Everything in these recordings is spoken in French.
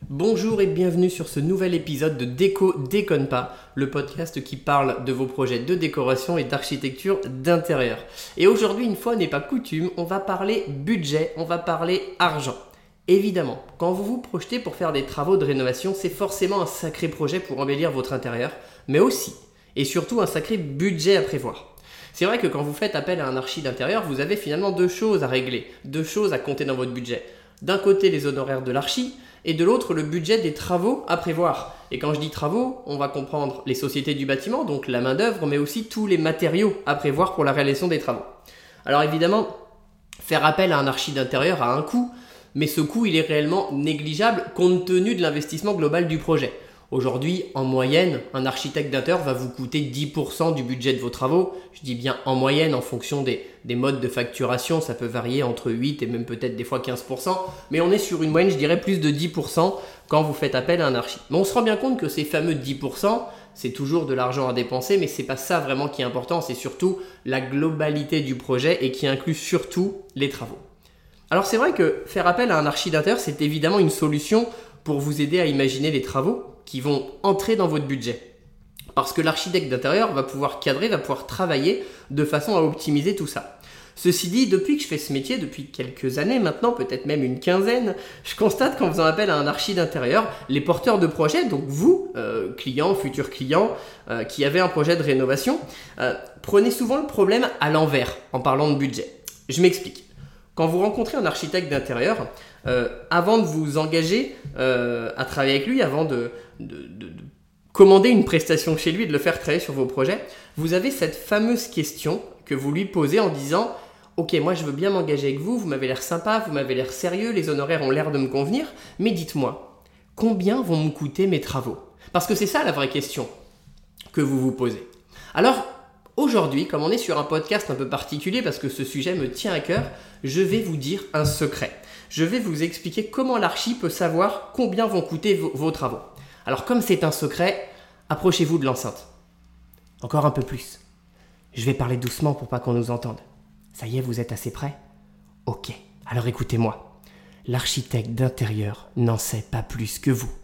Bonjour et bienvenue sur ce nouvel épisode de Déco Déconne pas, le podcast qui parle de vos projets de décoration et d'architecture d'intérieur. Et aujourd'hui, une fois n'est pas coutume, on va parler budget, on va parler argent. Évidemment, quand vous vous projetez pour faire des travaux de rénovation, c'est forcément un sacré projet pour embellir votre intérieur, mais aussi et surtout un sacré budget à prévoir. C'est vrai que quand vous faites appel à un archi d'intérieur, vous avez finalement deux choses à régler, deux choses à compter dans votre budget. D'un côté, les honoraires de l'archi, et de l'autre, le budget des travaux à prévoir. Et quand je dis travaux, on va comprendre les sociétés du bâtiment, donc la main-d'œuvre, mais aussi tous les matériaux à prévoir pour la réalisation des travaux. Alors évidemment, faire appel à un archi d'intérieur a un coût, mais ce coût il est réellement négligeable compte tenu de l'investissement global du projet. Aujourd'hui, en moyenne, un architecte d'intérieur va vous coûter 10% du budget de vos travaux. Je dis bien en moyenne, en fonction des modes de facturation, ça peut varier entre 8 et même peut-être des fois 15%. Mais on est sur une moyenne, je dirais, plus de 10% quand vous faites appel à un archi. Mais on se rend bien compte que ces fameux 10%, c'est toujours de l'argent à dépenser, mais c'est pas ça vraiment qui est important. C'est surtout la globalité du projet et qui inclut surtout les travaux. Alors c'est vrai que faire appel à un archi d'intérieur, c'est évidemment une solution pour vous aider à imaginer les travaux qui vont entrer dans votre budget. Parce que l'architecte d'intérieur va pouvoir cadrer, va pouvoir travailler de façon à optimiser tout ça. Ceci dit, depuis que je fais ce métier, depuis quelques années maintenant, peut-être même une quinzaine, je constate qu'en faisant appel à un archi d'intérieur, les porteurs de projets, donc vous, clients, futurs clients, qui avez un projet de rénovation, prenez souvent le problème à l'envers en parlant de budget. Je m'explique. Quand vous rencontrez un architecte d'intérieur, avant de vous engager à travailler avec lui, avant de commander une prestation chez lui et de le faire travailler sur vos projets, vous avez cette fameuse question que vous lui posez en disant « Ok, moi je veux bien m'engager avec vous, vous m'avez l'air sympa, vous m'avez l'air sérieux, les honoraires ont l'air de me convenir, mais dites-moi, combien vont me coûter mes travaux ?» Parce que c'est ça la vraie question que vous vous posez. Alors, aujourd'hui, comme on est sur un podcast un peu particulier parce que ce sujet me tient à cœur, je vais vous dire un secret. Je vais vous expliquer comment l'archi peut savoir combien vont coûter vos travaux. Alors comme c'est un secret, approchez-vous de l'enceinte. Encore un peu plus. Je vais parler doucement pour pas qu'on nous entende. Ça y est, vous êtes assez prêts ? Ok, alors écoutez-moi. L'architecte d'intérieur n'en sait pas plus que vous.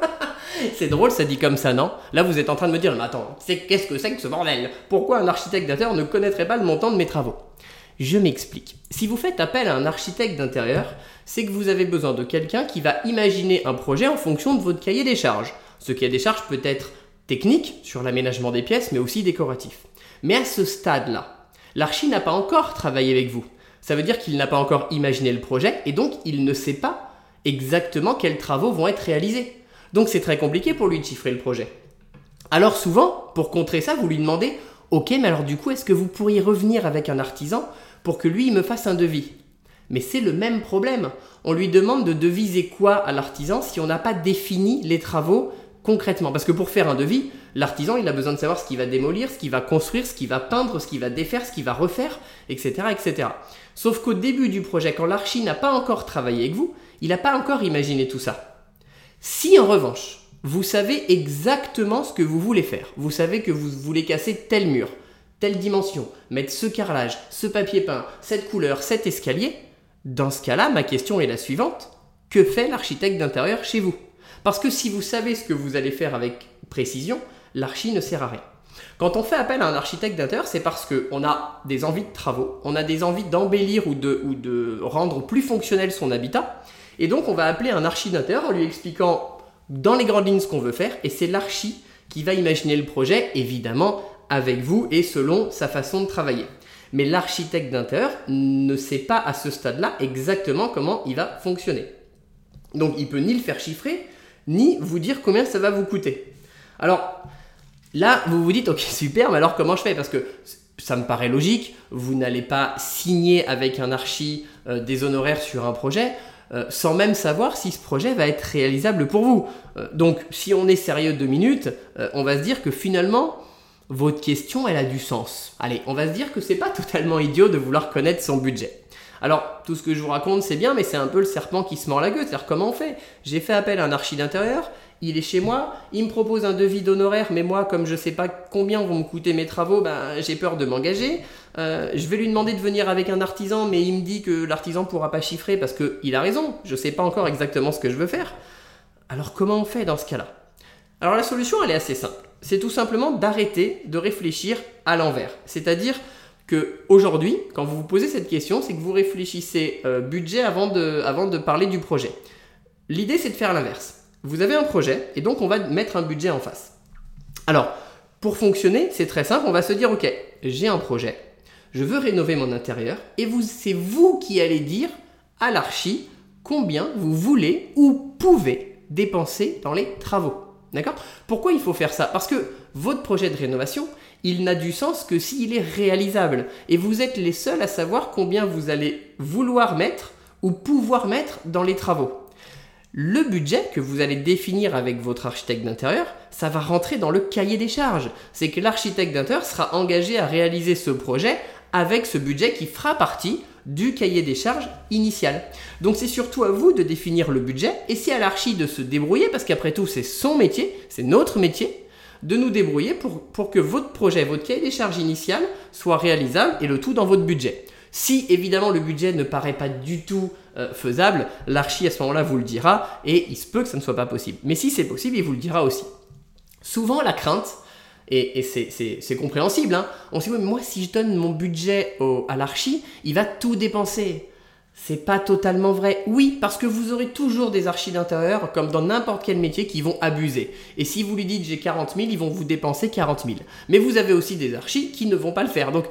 C'est drôle, ça dit comme ça, non ? Là, vous êtes en train de me dire, mais attends, qu'est-ce que c'est que ce bordel ? Pourquoi un architecte d'intérieur ne connaîtrait pas le montant de mes travaux ? Je m'explique. Si vous faites appel à un architecte d'intérieur, c'est que vous avez besoin de quelqu'un qui va imaginer un projet en fonction de votre cahier des charges. Ce cahier des charges peut être technique, sur l'aménagement des pièces, mais aussi décoratif. Mais à ce stade-là, l'archi n'a pas encore travaillé avec vous. Ça veut dire qu'il n'a pas encore imaginé le projet et donc il ne sait pas exactement quels travaux vont être réalisés. Donc c'est très compliqué pour lui de chiffrer le projet. Alors souvent, pour contrer ça, vous lui demandez « Ok, mais alors du coup, est-ce que vous pourriez revenir avec un artisan pour que lui, il me fasse un devis ?» Mais c'est le même problème. On lui demande de deviser quoi à l'artisan si on n'a pas défini les travaux concrètement. Parce que pour faire un devis, l'artisan, il a besoin de savoir ce qu'il va démolir, ce qu'il va construire, ce qu'il va peindre, ce qu'il va défaire, ce qu'il va refaire, etc., etc. Sauf qu'au début du projet, quand l'archi n'a pas encore travaillé avec vous, il n'a pas encore imaginé tout ça. Si en revanche, vous savez exactement ce que vous voulez faire, vous savez que vous voulez casser tel mur, telle dimension, mettre ce carrelage, ce papier peint, cette couleur, cet escalier, dans ce cas-là, ma question est la suivante. Que fait l'architecte d'intérieur chez vous ? Parce que si vous savez ce que vous allez faire avec précision, l'archi ne sert à rien. Quand on fait appel à un architecte d'intérieur, c'est parce qu'on a des envies de travaux, on a des envies d'embellir ou de rendre plus fonctionnel son habitat. Et donc, on va appeler un archi d'intérieur en lui expliquant dans les grandes lignes ce qu'on veut faire. Et c'est l'archi qui va imaginer le projet, évidemment, avec vous et selon sa façon de travailler. Mais l'architecte d'intérieur ne sait pas à ce stade-là exactement comment il va fonctionner. Donc, il peut ni le faire chiffrer, ni vous dire combien ça va vous coûter. Alors, là, vous vous dites, ok, super, mais alors comment je fais ? Parce que ça me paraît logique, vous n'allez pas signer avec un archi des honoraires sur un projet sans même savoir si ce projet va être réalisable pour vous. Donc, si on est sérieux 2 minutes, on va se dire que finalement, votre question, elle a du sens. Allez, on va se dire que c'est pas totalement idiot de vouloir connaître son budget. Alors, tout ce que je vous raconte, c'est bien, mais c'est un peu le serpent qui se mord la gueule. C'est-à-dire, comment on fait ? J'ai fait appel à un archi d'intérieur, il est chez moi, il me propose un devis d'honoraires, mais moi, comme je ne sais pas combien vont me coûter mes travaux, j'ai peur de m'engager. Je vais lui demander de venir avec un artisan, mais il me dit que l'artisan ne pourra pas chiffrer parce qu'il a raison. Je ne sais pas encore exactement ce que je veux faire. Alors comment on fait dans ce cas-là? Alors la solution, elle est assez simple. C'est tout simplement d'arrêter de réfléchir à l'envers. C'est-à-dire qu'aujourd'hui, quand vous vous posez cette question, c'est que vous réfléchissez budget avant de parler du projet. L'idée, c'est de faire l'inverse. Vous avez un projet et donc on va mettre un budget en face. Alors, pour fonctionner, c'est très simple. On va se dire, ok, j'ai un projet, je veux rénover mon intérieur et c'est vous qui allez dire à l'archi combien vous voulez ou pouvez dépenser dans les travaux. D'accord? Pourquoi il faut faire ça? Parce que votre projet de rénovation, il n'a du sens que s'il est réalisable. Et vous êtes les seuls à savoir combien vous allez vouloir mettre ou pouvoir mettre dans les travaux. Le budget que vous allez définir avec votre architecte d'intérieur, ça va rentrer dans le cahier des charges. C'est que l'architecte d'intérieur sera engagé à réaliser ce projet avec ce budget qui fera partie du cahier des charges initial. Donc c'est surtout à vous de définir le budget et c'est à l'archi de se débrouiller parce qu'après tout c'est son métier, c'est notre métier, de nous débrouiller pour que votre projet, votre cahier des charges initial soit réalisable et le tout dans votre budget. Si évidemment le budget ne paraît pas du tout faisable, l'archi à ce moment-là vous le dira et il se peut que ça ne soit pas possible. Mais si c'est possible, il vous le dira aussi. Souvent la crainte, et c'est compréhensible, hein. On se dit, oui, mais moi, si je donne mon budget à l'archi, il va tout dépenser. C'est pas totalement vrai. Oui, parce que vous aurez toujours des archis d'intérieur, comme dans n'importe quel métier, qui vont abuser. Et si vous lui dites j'ai 40 000, ils vont vous dépenser 40 000. Mais vous avez aussi des archis qui ne vont pas le faire. Donc,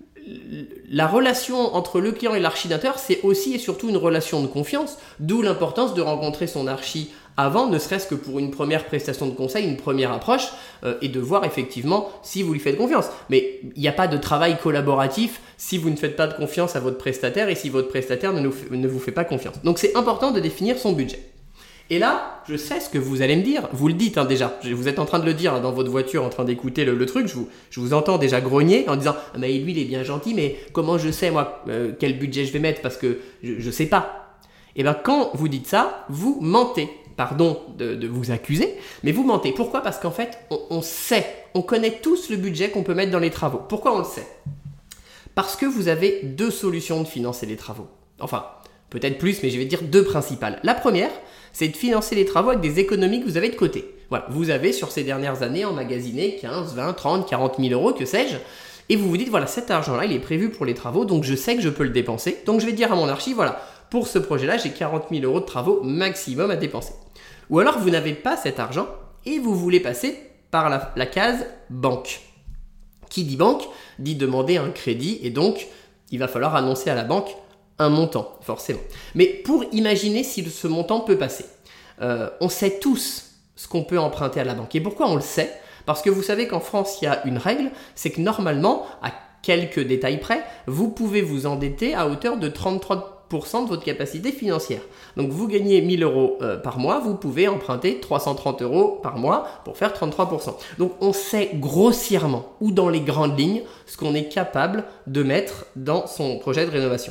la relation entre le client et l'archi d'intérieur, c'est aussi et surtout une relation de confiance, d'où l'importance de rencontrer son archi avant, ne serait-ce que pour une première prestation de conseil, une première approche, et de voir effectivement si vous lui faites confiance. Mais il n'y a pas de travail collaboratif si vous ne faites pas de confiance à votre prestataire et si votre prestataire ne vous fait pas confiance. Donc c'est important de définir son budget. Et là, je sais ce que vous allez me dire, vous le dites déjà, vous êtes en train de le dire dans votre voiture en train d'écouter le truc, je vous entends déjà grogner en disant « mais lui il est bien gentil, mais comment je sais moi quel budget je vais mettre parce que je ne sais pas ». Et bien quand vous dites ça, vous mentez. Pardon de vous accuser, mais vous mentez. Pourquoi? Parce qu'en fait, on sait, on connaît tous le budget qu'on peut mettre dans les travaux. Pourquoi on le sait? Parce que vous avez deux solutions de financer les travaux. Enfin, peut-être plus, mais je vais dire deux principales. La première, c'est de financer les travaux avec des économies que vous avez de côté. Voilà, vous avez sur ces dernières années emmagasiné 15, 20, 30, 40 000 euros, que sais-je, et vous vous dites, voilà, cet argent-là, il est prévu pour les travaux, donc je sais que je peux le dépenser. Donc je vais dire à mon archi, voilà, pour ce projet-là, j'ai 40 000 euros de travaux maximum à dépenser. Ou alors vous n'avez pas cet argent et vous voulez passer par la case banque. Qui dit banque dit demander un crédit et donc il va falloir annoncer à la banque un montant, forcément. Mais pour imaginer si ce montant peut passer, on sait tous ce qu'on peut emprunter à la banque. Et pourquoi on le sait? Parce que vous savez qu'en France, il y a une règle, c'est que normalement, à quelques détails près, vous pouvez vous endetter à hauteur de 33% de votre capacité financière. Donc vous gagnez 1000 euros par mois, vous pouvez emprunter 330 euros par mois pour faire 33%. Donc on sait grossièrement ou dans les grandes lignes ce qu'on est capable de mettre dans son projet de rénovation.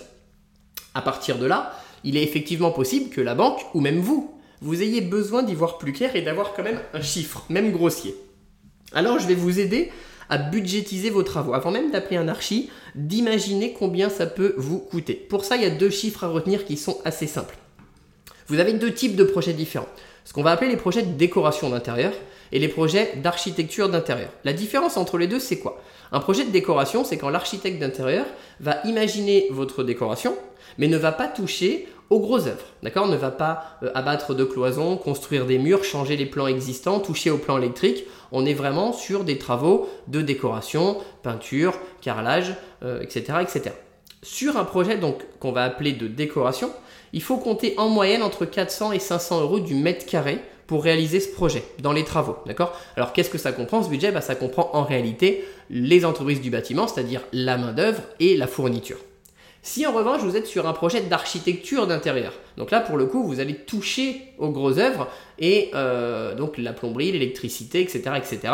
À partir de là, il est effectivement possible que la banque ou même vous ayez besoin d'y voir plus clair et d'avoir quand même un chiffre, même grossier. Alors je vais vous aider à budgétiser vos travaux. Avant même d'appeler un archi, d'imaginer combien ça peut vous coûter. Pour ça, il y a deux chiffres à retenir qui sont assez simples. Vous avez deux types de projets différents. Ce qu'on va appeler les projets de décoration d'intérieur et les projets d'architecture d'intérieur. La différence entre les deux, c'est quoi? Un projet de décoration, c'est quand l'architecte d'intérieur va imaginer votre décoration, mais ne va pas toucher aux grosses œuvres, d'accord? Ne va pas abattre de cloisons, construire des murs, changer les plans existants, toucher au plan électrique. On est vraiment sur des travaux de décoration, peinture, carrelage, etc., etc. Sur un projet donc qu'on va appeler de décoration, il faut compter en moyenne entre 400 et 500 euros du mètre carré pour réaliser ce projet dans les travaux, d'accord? Alors qu'est-ce que ça comprend ce budget? Ça comprend en réalité les entreprises du bâtiment, c'est-à-dire la main-d'œuvre et la fourniture. Si en revanche vous êtes sur un projet d'architecture d'intérieur, donc là pour le coup vous allez toucher aux grosses œuvres et donc la plomberie, l'électricité, etc., etc.,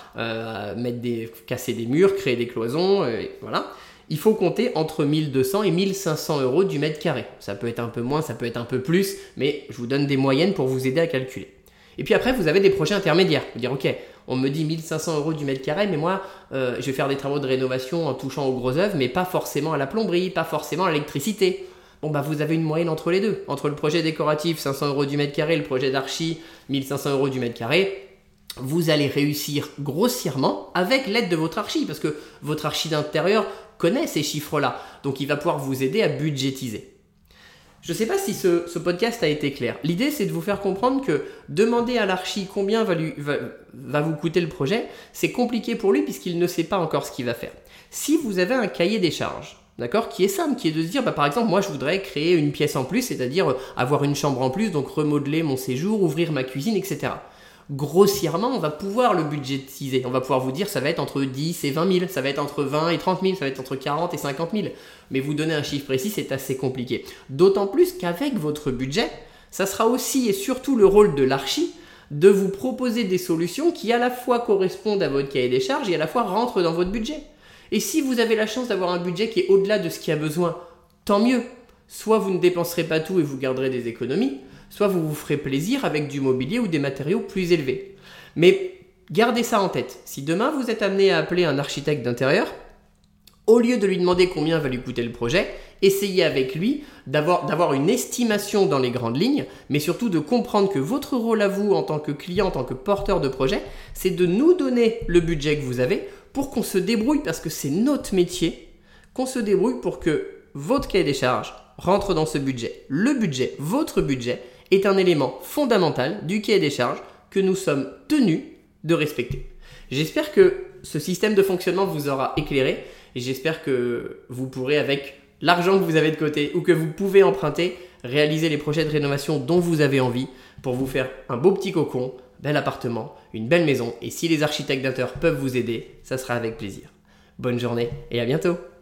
casser des murs, créer des cloisons, voilà. Il faut compter entre 1200 et 1500 euros du mètre carré. Ça peut être un peu moins, ça peut être un peu plus, mais je vous donne des moyennes pour vous aider à calculer. Et puis après, vous avez des projets intermédiaires. Vous dire, ok, on me dit 1500 euros du mètre carré, mais moi, je vais faire des travaux de rénovation en touchant aux grosses œuvres, mais pas forcément à la plomberie, pas forcément à l'électricité. vous avez une moyenne entre les deux. Entre le projet décoratif, 500 € du mètre carré, le projet d'archi, 1500 € du mètre carré. Vous allez réussir grossièrement avec l'aide de votre archi, parce que votre archi d'intérieur connaît ces chiffres-là. Donc, il va pouvoir vous aider à budgétiser. Je ne sais pas si ce podcast a été clair. L'idée, c'est de vous faire comprendre que demander à l'archi combien va vous coûter le projet, c'est compliqué pour lui puisqu'il ne sait pas encore ce qu'il va faire. Si vous avez un cahier des charges, d'accord, qui est simple, qui est de se dire, par exemple, moi, je voudrais créer une pièce en plus, c'est-à-dire avoir une chambre en plus, donc remodeler mon séjour, ouvrir ma cuisine, etc. Grossièrement, on va pouvoir le budgétiser. On va pouvoir vous dire ça va être entre 10 et 20 000, ça va être entre 20 et 30 000, ça va être entre 40 et 50 000. Mais vous donner un chiffre précis, c'est assez compliqué. D'autant plus qu'avec votre budget, ça sera aussi et surtout le rôle de l'archi de vous proposer des solutions qui à la fois correspondent à votre cahier des charges et à la fois rentrent dans votre budget. Et si vous avez la chance d'avoir un budget qui est au-delà de ce qu'il y a besoin, tant mieux. Soit vous ne dépenserez pas tout et vous garderez des économies, soit vous vous ferez plaisir avec du mobilier ou des matériaux plus élevés. Mais gardez ça en tête. Si demain vous êtes amené à appeler un architecte d'intérieur, au lieu de lui demander combien va lui coûter le projet, essayez avec lui d'avoir une estimation dans les grandes lignes, mais surtout de comprendre que votre rôle à vous en tant que client, en tant que porteur de projet, c'est de nous donner le budget que vous avez pour qu'on se débrouille, parce que c'est notre métier, qu'on se débrouille pour que votre cahier des charges rentre dans ce budget. Le budget, votre budget, est un élément fondamental du cahier des charges que nous sommes tenus de respecter. J'espère que ce système de fonctionnement vous aura éclairé et j'espère que vous pourrez, avec l'argent que vous avez de côté ou que vous pouvez emprunter, réaliser les projets de rénovation dont vous avez envie pour vous faire un beau petit cocon, un bel appartement, une belle maison. Et si les architectes d'intérieur peuvent vous aider, ça sera avec plaisir. Bonne journée et à bientôt!